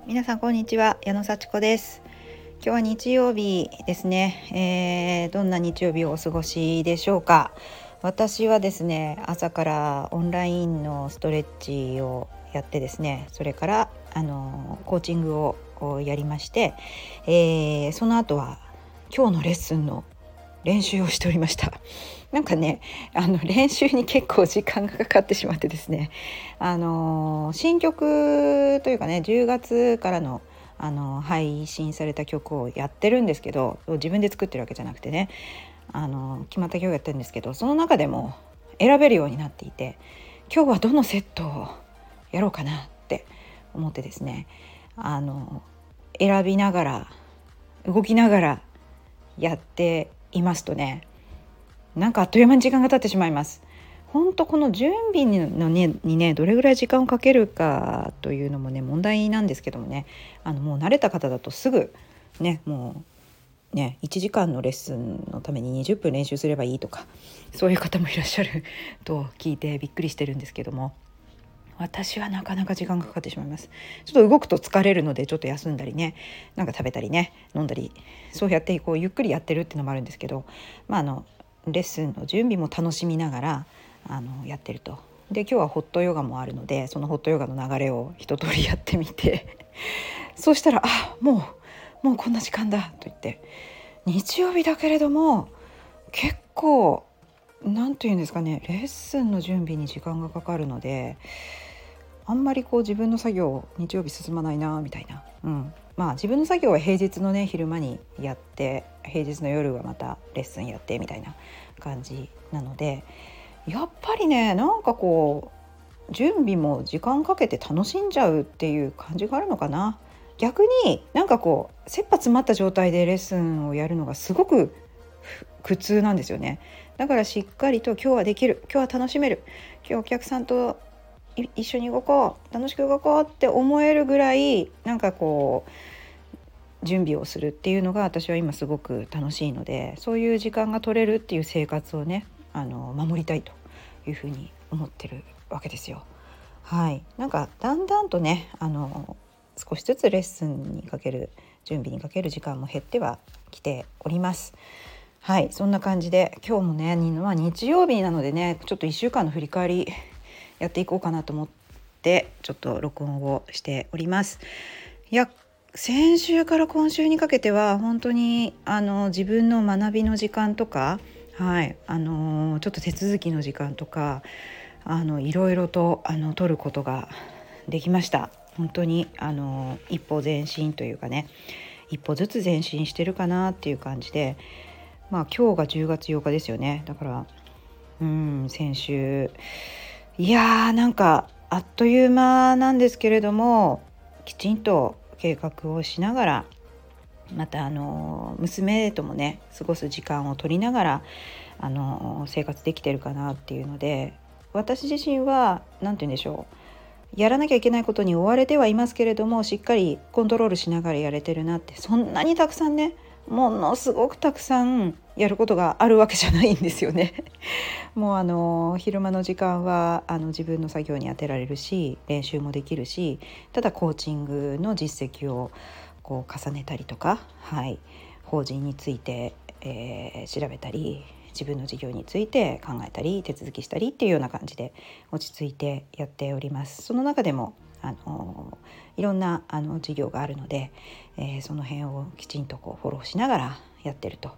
皆さんこんにちは、矢野幸子です。今日は日曜日ですね、どんな日曜日をお過ごしでしょうか。私はですね、朝からオンラインのストレッチをやってですね、それからコーチングをやりまして、その後は今日のレッスンの練習をしておりました。なんかね、練習に結構時間がかかってしまってですね、新曲というかね、10月からの配信された曲をやってるんですけど、自分で作ってるわけじゃなくてね、決まった曲やってるんですけど、その中でも選べるようになっていて、今日はどのセットをやろうかなって思ってですね、選びながら動きながらやっていますとね、なんかあっという間に時間が経ってしまいます。本当この準備にねどれぐらい時間をかけるかというのもね問題なんですけどもね、もう慣れた方だとすぐね、もうね1時間のレッスンのために20分練習すればいいとか、そういう方もいらっしゃると聞いてびっくりしてるんですけども、私はなかなか時間がかかってしまいます。ちょっと動くと疲れるのでちょっと休んだりね、なんか食べたりね飲んだり、そうやってこうゆっくりやってるっていうのもあるんですけど、レッスンの準備も楽しみながらやってると。で今日はホットヨガもあるので、そのホットヨガの流れを一通りやってみてそうしたらもうこんな時間だと言って、日曜日だけれども結構なんていうんですかね、レッスンの準備に時間がかかるので、あんまりこう自分の作業日曜日進まないなみたいな、自分の作業は平日のね昼間にやって、平日の夜はまたレッスンやってみたいな感じなので、やっぱりねなんかこう準備も時間かけて楽しんじゃうっていう感じがあるのかな。逆になんかこう切羽詰まった状態でレッスンをやるのがすごく苦痛なんですよね。だからしっかりと今日はできる、今日は楽しめる、今日お客さんと一緒に動こう、楽しく動こうって思えるぐらいなんかこう準備をするっていうのが私は今すごく楽しいので、そういう時間が取れるっていう生活をね守りたいというふうに思ってるわけですよ。はい、なんかだんだんとね少しずつレッスンにかける準備にかける時間も減ってはきております。はい、そんな感じで今日もね、日曜日なのでね、ちょっと1週間の振り返りやっていこうかなと思ってちょっと録音をしております。いや、先週から今週にかけては本当に自分の学びの時間とか、はい、ちょっと手続きの時間とかいろいろと取ることができました。本当に一歩前進というかね、一歩ずつ前進してるかなっていう感じで、今日が10月8日ですよね。だから先週、いやーなんかあっという間なんですけれども、きちんと計画をしながら、また娘ともね過ごす時間を取りながら生活できてるかなっていうので、私自身は何て言うんでしょう、やらなきゃいけないことに追われてはいますけれども、しっかりコントロールしながらやれてるなって。そんなにたくさんね、ものすごくたくさんやることがあるわけじゃないんですよね。もう昼間の時間は自分の作業に当てられるし、練習もできるし、ただコーチングの実績をこう重ねたりとか、はい、法人について、調べたり、自分の事業について考えたり手続きしたりっていうような感じで落ち着いてやっております。その中でもいろんな事業があるので、その辺をきちんとこうフォローしながらやってると。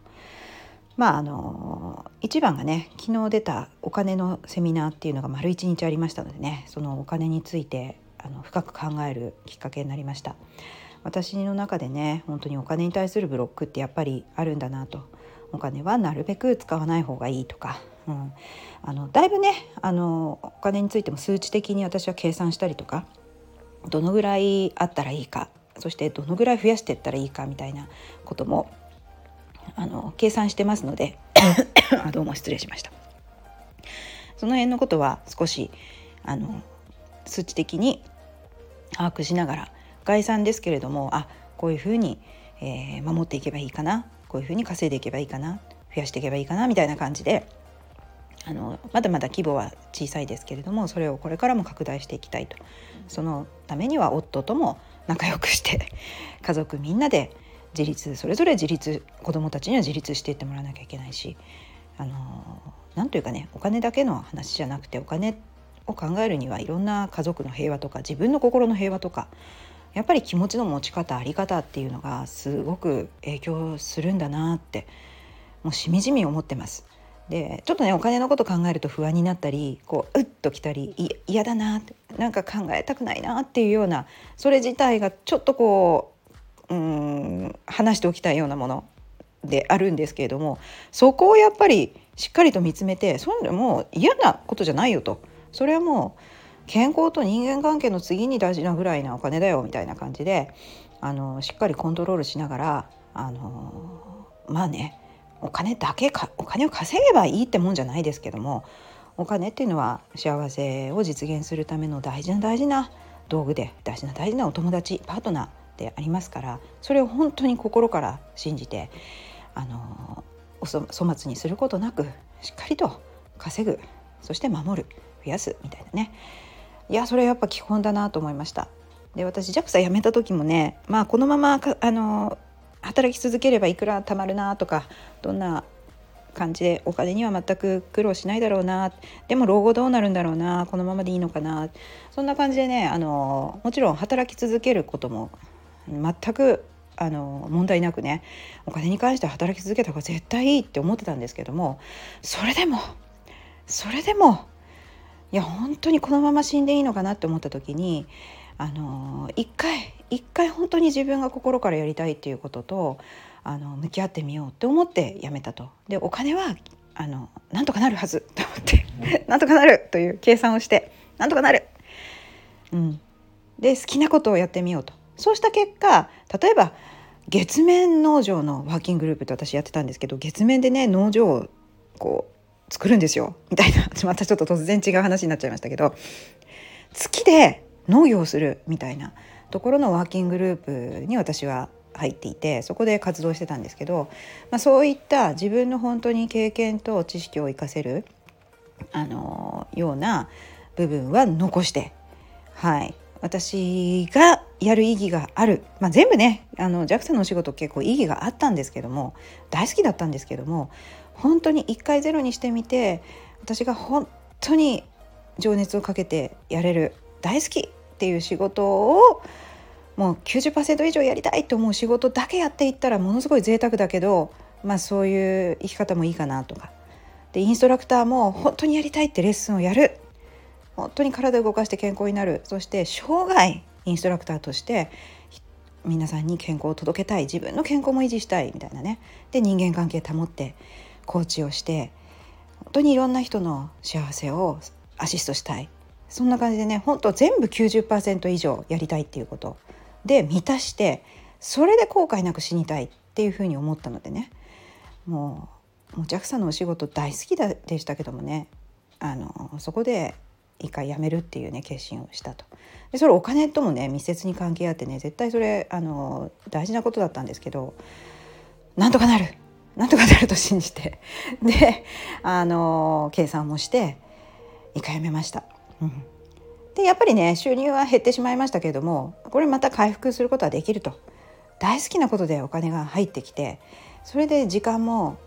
一番がね、昨日出たお金のセミナーっていうのが丸1日ありましたのでね、そのお金について深く考えるきっかけになりました。私の中でね、本当にお金に対するブロックってやっぱりあるんだなと。お金はなるべく使わない方がいいとか、だいぶねお金についても数値的に私は計算したりとか、どのぐらいあったらいいか、そしてどのぐらい増やしていったらいいかみたいなことも計算してますのでどうも失礼しました。その辺のことは少し数値的に把握しながら、概算ですけれども、こういうふうに、守っていけばいいかな、こういうふうに稼いでいけばいいかな、増やしていけばいいかなみたいな感じで、まだまだ規模は小さいですけれども、それをこれからも拡大していきたいと。そのためには夫とも仲良くして家族みんなでそれぞれ子どもたちには自立していってもらわなきゃいけないし、なんというかね、お金だけの話じゃなくて、お金を考えるにはいろんな家族の平和とか自分の心の平和とか、やっぱり気持ちの持ち方、あり方っていうのがすごく影響するんだなって、もうしみじみ思ってます。でちょっとね、お金のこと考えると不安になったり、うっときたり、嫌だなって、なんか考えたくないなっていうような、それ自体がちょっと話しておきたいようなものであるんですけれども、そこをやっぱりしっかりと見つめて、そういうのも嫌なことじゃないよと、それはもう健康と人間関係の次に大事なぐらいなお金だよみたいな感じで、しっかりコントロールしながら、まあね、お金を稼げばいいってもんじゃないですけども、お金っていうのは幸せを実現するための大事な道具で、大事なお友達、パートナーでありますから、それを本当に心から信じて、お粗末にすることなくしっかりと稼ぐ、そして守る、増やすみたいなね。いや、それやっぱ基本だなと思いました。で、私 JAXA 辞めた時もね、このまま働き続ければいくら貯まるなとか、どんな感じでお金には全く苦労しないだろうな、でも老後どうなるんだろうな、このままでいいのかな、そんな感じでね、もちろん働き続けることも全く問題なくね、お金に関しては働き続けた方が絶対いいって思ってたんですけども、それでもいや、本当にこのまま死んでいいのかなって思った時に、一回本当に自分が心からやりたいっていうことと向き合ってみようって思ってやめたと。で、お金はなんとかなるはずと思ってなんとかなるという計算をして、なんとかなる、で好きなことをやってみようと。そうした結果、例えば月面農場のワーキンググループって私やってたんですけど、月面でね、農場を作るんですよみたいな、またちょっと突然違う話になっちゃいましたけど、月で農業をするみたいなところのワーキンググループに私は入っていて、そこで活動してたんですけど、そういった自分の本当に経験と知識を生かせるような部分は残して、私がやる意義がある、全部ね、JAXA のお仕事結構意義があったんですけども、大好きだったんですけども、本当に一回ゼロにしてみて、私が本当に情熱をかけてやれる、大好きっていう仕事をもう 90% 以上やりたいと思う仕事だけやっていったら、ものすごい贅沢だけど、そういう生き方もいいかなとかで、インストラクターも本当にやりたいってレッスンをやる、本当に体を動かして健康になる、そして生涯インストラクターとして皆さんに健康を届けたい、自分の健康も維持したいみたいなね。で、人間関係保ってコーチをして、本当にいろんな人の幸せをアシストしたい、そんな感じでね、本当全部 90% 以上やりたいっていうことで満たして、それで後悔なく死にたいっていうふうに思ったのでね、もう JAXA のお仕事大好きでしたけどもね、そこで一回辞めるっていうね決心をしたと。でそれお金ともね密接に関係あってね、絶対それ大事なことだったんですけど、なんとかなると信じてで計算もして一回辞めました。でやっぱりね、収入は減ってしまいましたけれども、これまた回復することはできると。大好きなことでお金が入ってきて、それで時間も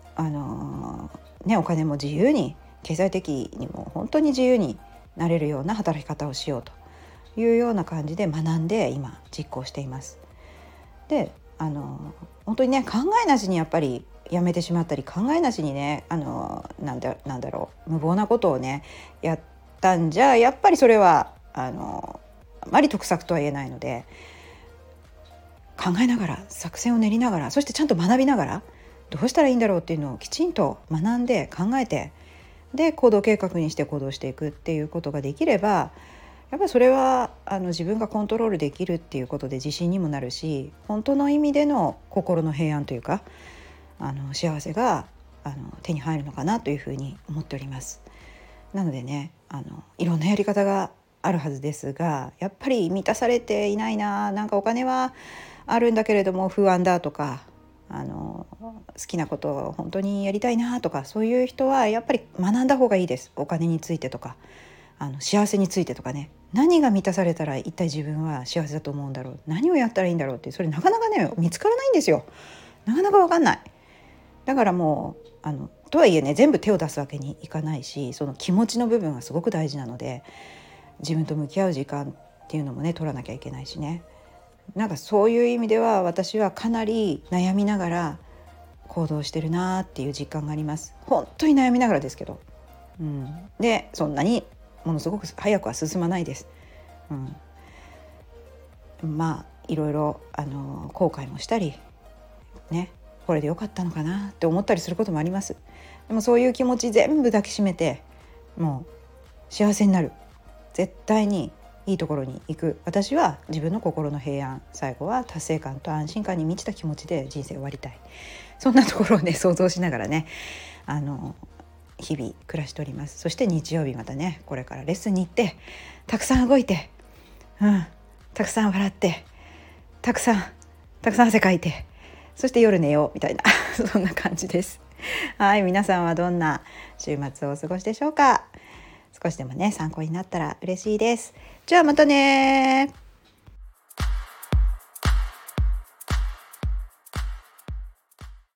お金も自由に、経済的にも本当に自由になれるような働き方をしようというような感じで学んで今実行しています。で本当にね、考えなしにやっぱりやめてしまったり、考えなしにねなんだろう、無謀なことをねやったんじゃ、やっぱりそれはあまり得策とは言えないので、考えながら作戦を練りながら、そしてちゃんと学びながら、どうしたらいいんだろうっていうのをきちんと学んで考えて、で行動計画にして行動していくっていうことができれば、やっぱりそれは自分がコントロールできるっていうことで自信にもなるし、本当の意味での心の平安というか幸せが手に入るのかなというふうに思っております。なのでね、いろんなやり方があるはずですが、やっぱり満たされていないな、なんかお金はあるんだけれども不安だとか、好きなことを本当にやりたいなとか、そういう人はやっぱり学んだ方がいいです。お金についてとか幸せについてとかね、何が満たされたら一体自分は幸せだと思うんだろう、何をやったらいいんだろうって、それなかなかね見つからないんですよ。なかなか分かんない。だからもうとはいえね、全部手を出すわけにいかないし、その気持ちの部分がすごく大事なので、自分と向き合う時間っていうのもね取らなきゃいけないしね。なんかそういう意味では私はかなり悩みながら行動してるなっていう実感があります。本当に悩みながらですけど、でそんなにものすごく早くは進まないです。まあいろいろ後悔もしたりね、これで良かったのかなって思ったりすることもあります。でもそういう気持ち全部抱きしめて、もう幸せになる、絶対にいいところに行く、私は自分の心の平安、最後は達成感と安心感に満ちた気持ちで人生終わりたい、そんなところをね想像しながらね日々暮らしております。そして日曜日またね、これからレッスンに行って、たくさん動いて、たくさん笑って、たくさん汗かいて、そして夜寝ようみたいなそんな感じです。はい、皆さんはどんな週末をお過ごしでしょうか。少しでもね参考になったら嬉しいです。じゃあまたね。